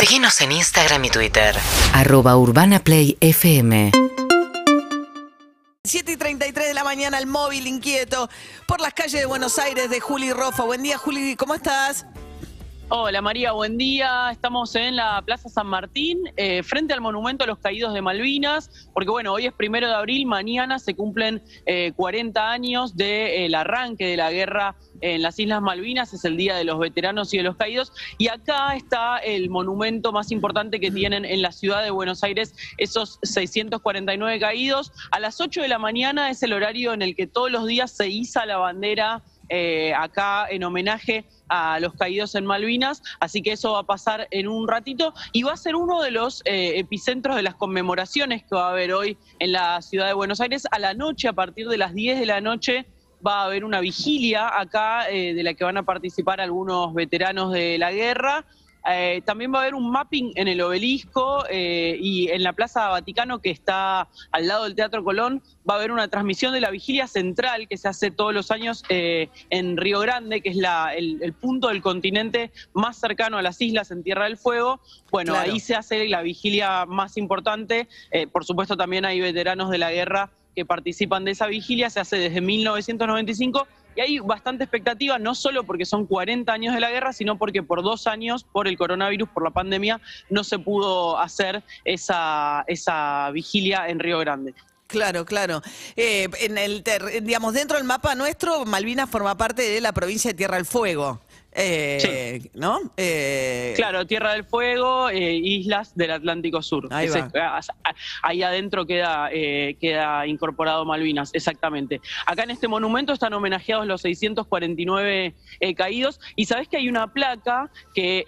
Seguinos en Instagram y Twitter. @UrbanaPlayFM. 7:33 de la mañana, el móvil inquieto por las calles de Buenos Aires de Juli Rofa. Buen día, Juli, ¿cómo estás? Hola María, buen día. Estamos en la Plaza San Martín, frente al Monumento a los Caídos de Malvinas, porque bueno, hoy es 1 de abril, mañana se cumplen 40 años del arranque de la guerra en las Islas Malvinas, es el Día de los Veteranos y de los Caídos, y acá está el monumento más importante que tienen en la ciudad de Buenos Aires, esos 649 caídos. A las 8 de la mañana es el horario en el que todos los días se iza la bandera acá en homenaje a los caídos en Malvinas, así que eso va a pasar en un ratito y va a ser uno de los epicentros de las conmemoraciones que va a haber hoy en la ciudad de Buenos Aires. A la noche, a partir de las 10 de la noche, va a haber una vigilia acá de la que van a participar algunos veteranos de la guerra. También va a haber un mapping en el Obelisco y en la Plaza Vaticano, que está al lado del Teatro Colón, va a haber una transmisión de la vigilia central que se hace todos los años en Río Grande, que es el punto del continente más cercano a las islas en Tierra del Fuego. Bueno, claro, ahí se hace la vigilia más importante. Por supuesto también hay veteranos de la guerra que participan de esa vigilia, se hace desde 1995. Y hay bastante expectativa, no solo porque son 40 años de la guerra, sino porque por 2 años, por el coronavirus, por la pandemia, no se pudo hacer esa vigilia en Río Grande. Claro, claro. Digamos, dentro del mapa nuestro, Malvinas forma parte de la provincia de Tierra del Fuego. Sí. ¿No? Claro, Tierra del Fuego, islas del Atlántico Sur. Ahí adentro queda incorporado Malvinas, exactamente. Acá en este monumento están homenajeados los 649 caídos, y sabés que hay una placa que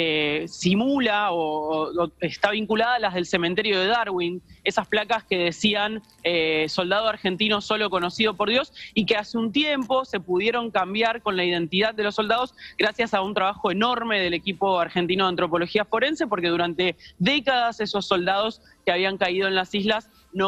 simula o está vinculada a las del cementerio de Darwin, esas placas que decían soldado argentino solo conocido por Dios, y que hace un tiempo se pudieron cambiar con la identidad de los soldados gracias a un trabajo enorme del equipo argentino de antropología forense, porque durante décadas esos soldados que habían caído en las islas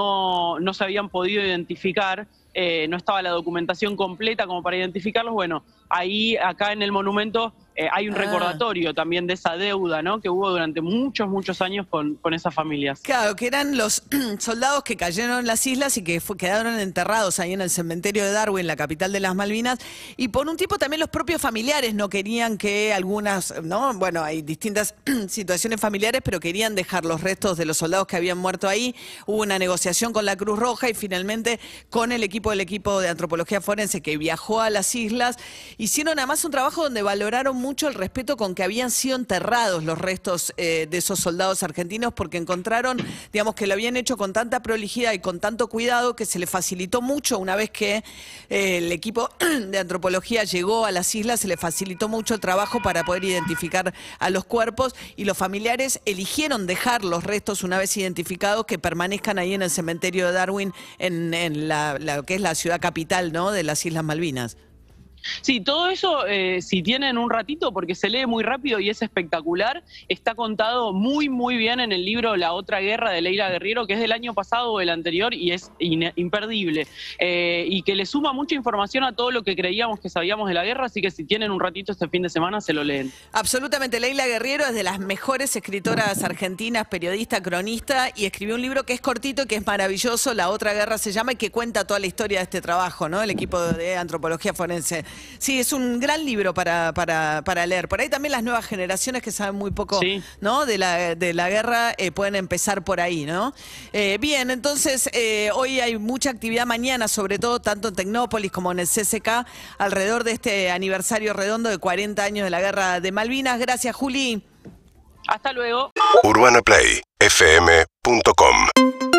no se habían podido identificar, no estaba la documentación completa como para identificarlos. Bueno, ahí, acá en el monumento, hay un recordatorio también de esa deuda, ¿no?, que hubo durante muchos años con esas familias. Claro, que eran los soldados que cayeron en las islas y que quedaron enterrados ahí en el cementerio de Darwin, la capital de las Malvinas, y por un tiempo también los propios familiares no querían que algunas, ¿no? Bueno, hay distintas situaciones familiares, pero querían dejar los restos de los soldados que habían muerto ahí. Hubo una negociación con la Cruz Roja y finalmente con el equipo de antropología forense que viajó a las islas, hicieron además un trabajo donde valoraron mucho el respeto con que habían sido enterrados los restos de esos soldados argentinos, porque encontraron, digamos, que lo habían hecho con tanta prolijidad y con tanto cuidado que se le facilitó mucho una vez que el equipo de antropología llegó a las islas, se le facilitó mucho el trabajo para poder identificar a los cuerpos, y los familiares eligieron dejar los restos, una vez identificados, que permanezcan ahí en el cementerio de Darwin, en lo que es la ciudad capital, ¿no?, de las Islas Malvinas. Sí, todo eso, si tienen un ratito, porque se lee muy rápido y es espectacular, está contado muy bien en el libro La Otra Guerra de Leila Guerriero, que es del año pasado o el anterior, y es imperdible. Y que le suma mucha información a todo lo que creíamos que sabíamos de la guerra, así que si tienen un ratito este fin de semana, se lo leen. Absolutamente. Leila Guerriero es de las mejores escritoras argentinas, periodista, cronista, y escribió un libro que es cortito y que es maravilloso, La Otra Guerra se llama, y que cuenta toda la historia de este trabajo, ¿no?, el equipo de antropología forense. Sí, es un gran libro para leer. Por ahí también las nuevas generaciones que saben muy poco, sí, ¿no?, de la guerra, pueden empezar por ahí, ¿no? Bien, entonces hoy hay mucha actividad mañana, sobre todo tanto en Tecnópolis como en el CCK, alrededor de este aniversario redondo de 40 años de la guerra de Malvinas. Gracias, Juli. Hasta luego. UrbanaPlayFM.com